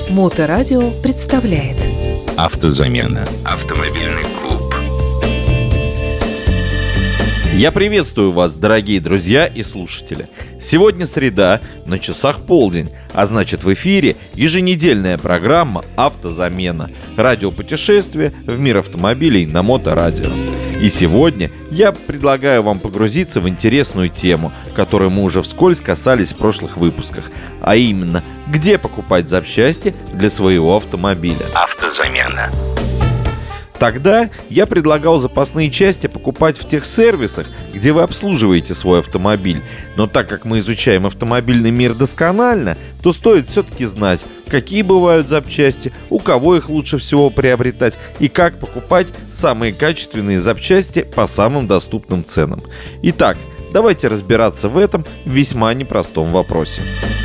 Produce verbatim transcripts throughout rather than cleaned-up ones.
Моторадио представляет Автозамена. Автомобильный клуб. Я приветствую вас, дорогие друзья и слушатели. Сегодня среда, на часах полдень, а значит в эфире еженедельная программа «Автозамена». Радиопутешествие в мир автомобилей на Моторадио. И сегодня я предлагаю вам погрузиться в интересную тему, которую мы уже вскользь касались в прошлых выпусках, а именно, где покупать запчасти для своего автомобиля. Автозамена. Тогда я предлагал запасные части покупать в тех сервисах, где вы обслуживаете свой автомобиль. Но так как мы изучаем автомобильный мир досконально, то стоит все-таки знать, какие бывают запчасти, у кого их лучше всего приобретать и как покупать самые качественные запчасти по самым доступным ценам. Итак, давайте разбираться в этом весьма непростом вопросе.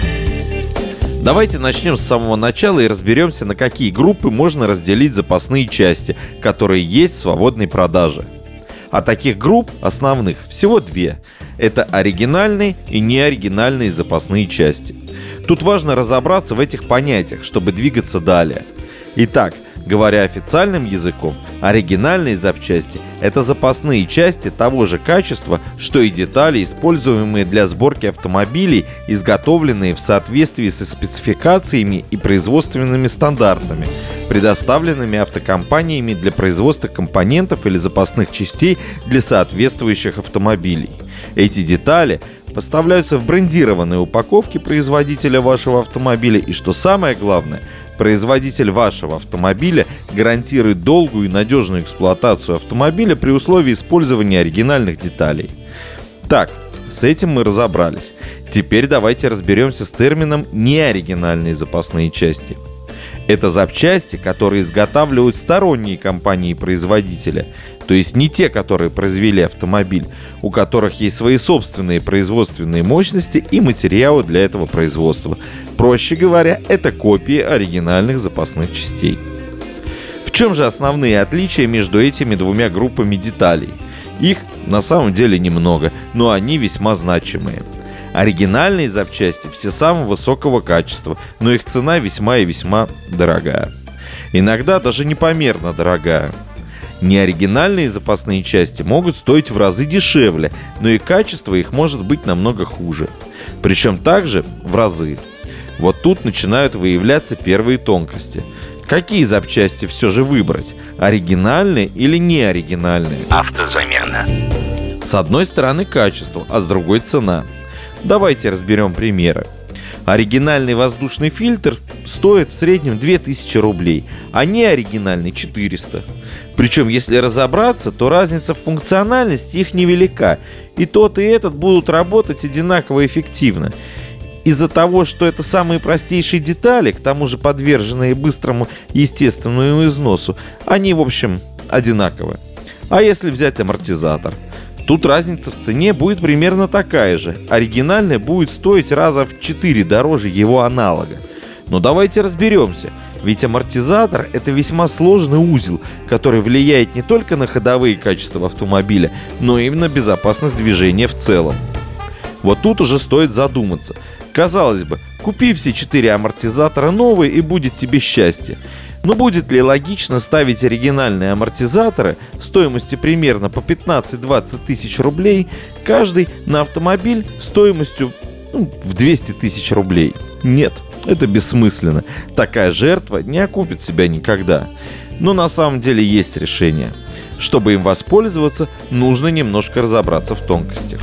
Давайте начнем с самого начала и разберемся, на какие группы можно разделить запасные части, которые есть в свободной продаже. А таких групп основных всего две. Это оригинальные и неоригинальные запасные части. Тут важно разобраться в этих понятиях, чтобы двигаться далее. Итак, говоря официальным языком, оригинальные запчасти – это запасные части того же качества, что и детали, используемые для сборки автомобилей, изготовленные в соответствии со спецификациями и производственными стандартами, предоставленными автокомпаниями для производства компонентов или запасных частей для соответствующих автомобилей. Эти детали поставляются в брендированной упаковке производителя вашего автомобиля, и, что самое главное, производитель вашего автомобиля гарантирует долгую и надежную эксплуатацию автомобиля при условии использования оригинальных деталей. Так, с этим мы разобрались. Теперь давайте разберемся с термином «неоригинальные запасные части». Это запчасти, которые изготавливают сторонние компании-производителя, то есть не те, которые произвели автомобиль, у которых есть свои собственные производственные мощности и материалы для этого производства. Проще говоря, это копии оригинальных запасных частей. В чем же основные отличия между этими двумя группами деталей? Их на самом деле немного, но они весьма значимые. Оригинальные запчасти все самого высокого качества, но их цена весьма и весьма дорогая. Иногда даже непомерно дорогая. Неоригинальные запасные части могут стоить в разы дешевле, но и качество их может быть намного хуже. Причем также в разы. Вот тут начинают выявляться первые тонкости. Какие запчасти все же выбрать? Оригинальные или неоригинальные? Автозамена. С одной стороны качество, а с другой цена. Давайте разберем примеры. Оригинальный воздушный фильтр стоит в среднем две тысячи рублей, а неоригинальный четыреста. Причем, если разобраться, то разница в функциональности их невелика. И тот, и этот будут работать одинаково эффективно. Из-за того, что это самые простейшие детали, к тому же подверженные быстрому естественному износу, они, в общем, одинаковы. А если взять амортизатор? Тут разница в цене будет примерно такая же. Оригинальный будет стоить раза в четыре дороже его аналога. Но давайте разберемся. Ведь амортизатор – это весьма сложный узел, который влияет не только на ходовые качества автомобиля, но и на безопасность движения в целом. Вот тут уже стоит задуматься. Казалось бы, купи все четыре амортизатора новые, и будет тебе счастье. Но будет ли логично ставить оригинальные амортизаторы стоимостью примерно по пятнадцать-двадцать тысяч рублей, каждый на автомобиль стоимостью ну, в двести тысяч рублей? Нет, это бессмысленно. Такая жертва не окупит себя никогда. Но на самом деле есть решение. Чтобы им воспользоваться, нужно немножко разобраться в тонкостях.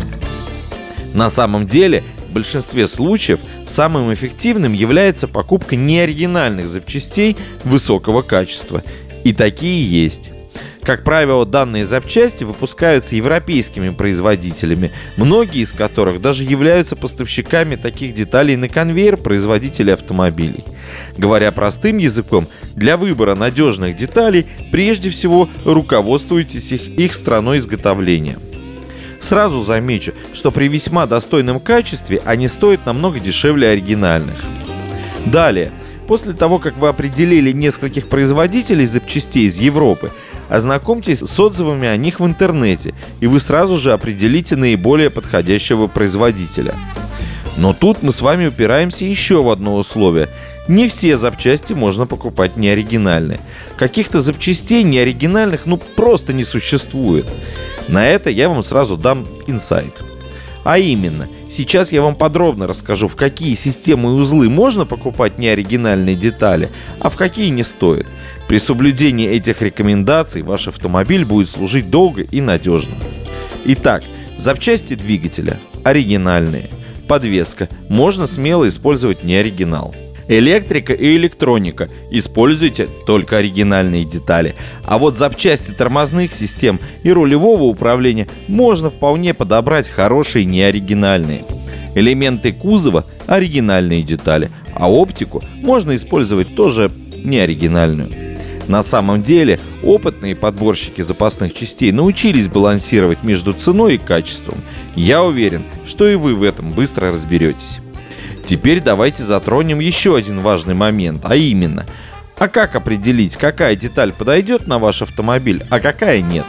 На самом деле, в большинстве случаев самым эффективным является покупка неоригинальных запчастей высокого качества. И такие есть. Как правило, данные запчасти выпускаются европейскими производителями, многие из которых даже являются поставщиками таких деталей на конвейер производителей автомобилей. Говоря простым языком, для выбора надежных деталей прежде всего руководствуйтесь их, их страной изготовления. Сразу замечу, что при весьма достойном качестве они стоят намного дешевле оригинальных. Далее, после того, как вы определили нескольких производителей запчастей из Европы, ознакомьтесь с отзывами о них в интернете, и вы сразу же определите наиболее подходящего производителя. Но тут мы с вами упираемся еще в одно условие. Не все запчасти можно покупать неоригинальные. Каких-то запчастей неоригинальных ну просто не существует. На это я вам сразу дам инсайт. А именно, сейчас я вам подробно расскажу, в какие системы и узлы можно покупать неоригинальные детали, а в какие не стоит. При соблюдении этих рекомендаций ваш автомобиль будет служить долго и надежно. Итак, запчасти двигателя оригинальные. Подвеска. Можно смело использовать неоригинал. Электрика и электроника. Используйте только оригинальные детали. А вот запчасти тормозных систем и рулевого управления можно вполне подобрать хорошие неоригинальные. Элементы кузова – оригинальные детали, а оптику можно использовать тоже неоригинальную. На самом деле, опытные подборщики запасных частей научились балансировать между ценой и качеством. Я уверен, что и вы в этом быстро разберетесь. Теперь давайте затронем еще один важный момент, а именно, а как определить, какая деталь подойдет на ваш автомобиль, а какая нет?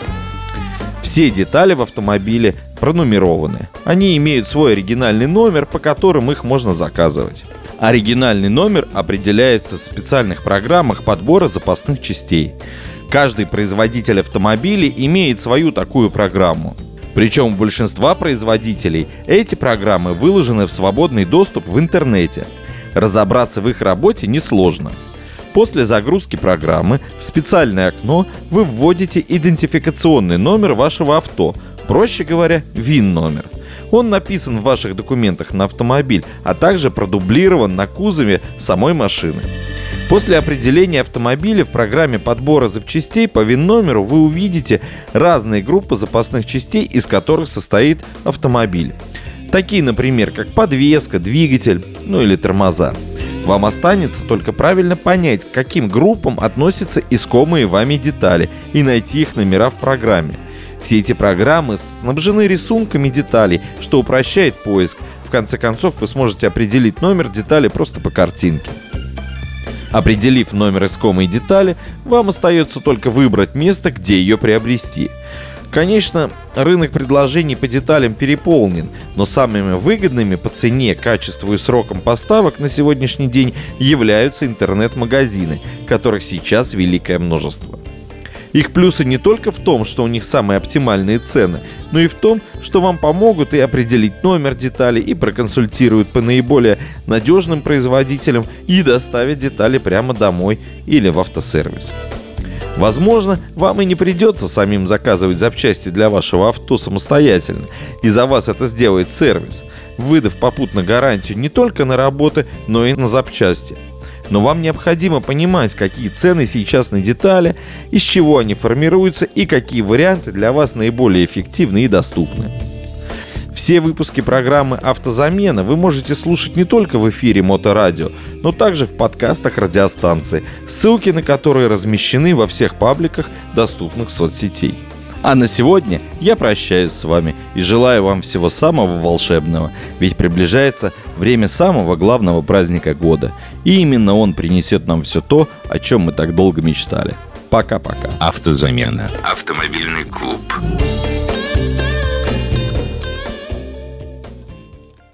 Все детали в автомобиле пронумерованы. Они имеют свой оригинальный номер, по которым их можно заказывать. Оригинальный номер определяется в специальных программах подбора запасных частей. Каждый производитель автомобилей имеет свою такую программу. Причем у большинства производителей эти программы выложены в свободный доступ в интернете. Разобраться в их работе несложно. После загрузки программы в специальное окно вы вводите идентификационный номер вашего авто, проще говоря, ВИН-номер. Он написан в ваших документах на автомобиль, а также продублирован на кузове самой машины. После определения автомобиля в программе подбора запчастей по ВИН-номеру вы увидите разные группы запасных частей, из которых состоит автомобиль. Такие, например, как подвеска, двигатель, ну или тормоза. Вам останется только правильно понять, к каким группам относятся искомые вами детали и найти их номера в программе. Все эти программы снабжены рисунками деталей, что упрощает поиск. В конце концов, вы сможете определить номер детали просто по картинке. Определив номер искомой детали, вам остается только выбрать место, где ее приобрести. Конечно, рынок предложений по деталям переполнен, но самыми выгодными по цене, качеству и срокам поставок на сегодняшний день являются интернет-магазины, которых сейчас великое множество. Их плюсы не только в том, что у них самые оптимальные цены, но и в том, что вам помогут и определить номер детали, и проконсультируют по наиболее надежным производителям, и доставят детали прямо домой или в автосервис. Возможно, вам и не придется самим заказывать запчасти для вашего авто самостоятельно, и за вас это сделает сервис, выдав попутно гарантию не только на работы, но и на запчасти. Но вам необходимо понимать, какие цены сейчас на детали, из чего они формируются и какие варианты для вас наиболее эффективны и доступны. Все выпуски программы «Автозамена» вы можете слушать не только в эфире Моторадио, но также в подкастах радиостанции, ссылки на которые размещены во всех пабликах доступных соцсетей. А на сегодня я прощаюсь с вами и желаю вам всего самого волшебного, ведь приближается время самого главного праздника года, и именно он принесет нам все то, о чем мы так долго мечтали. Пока-пока. Автозамена. Автомобильный клуб.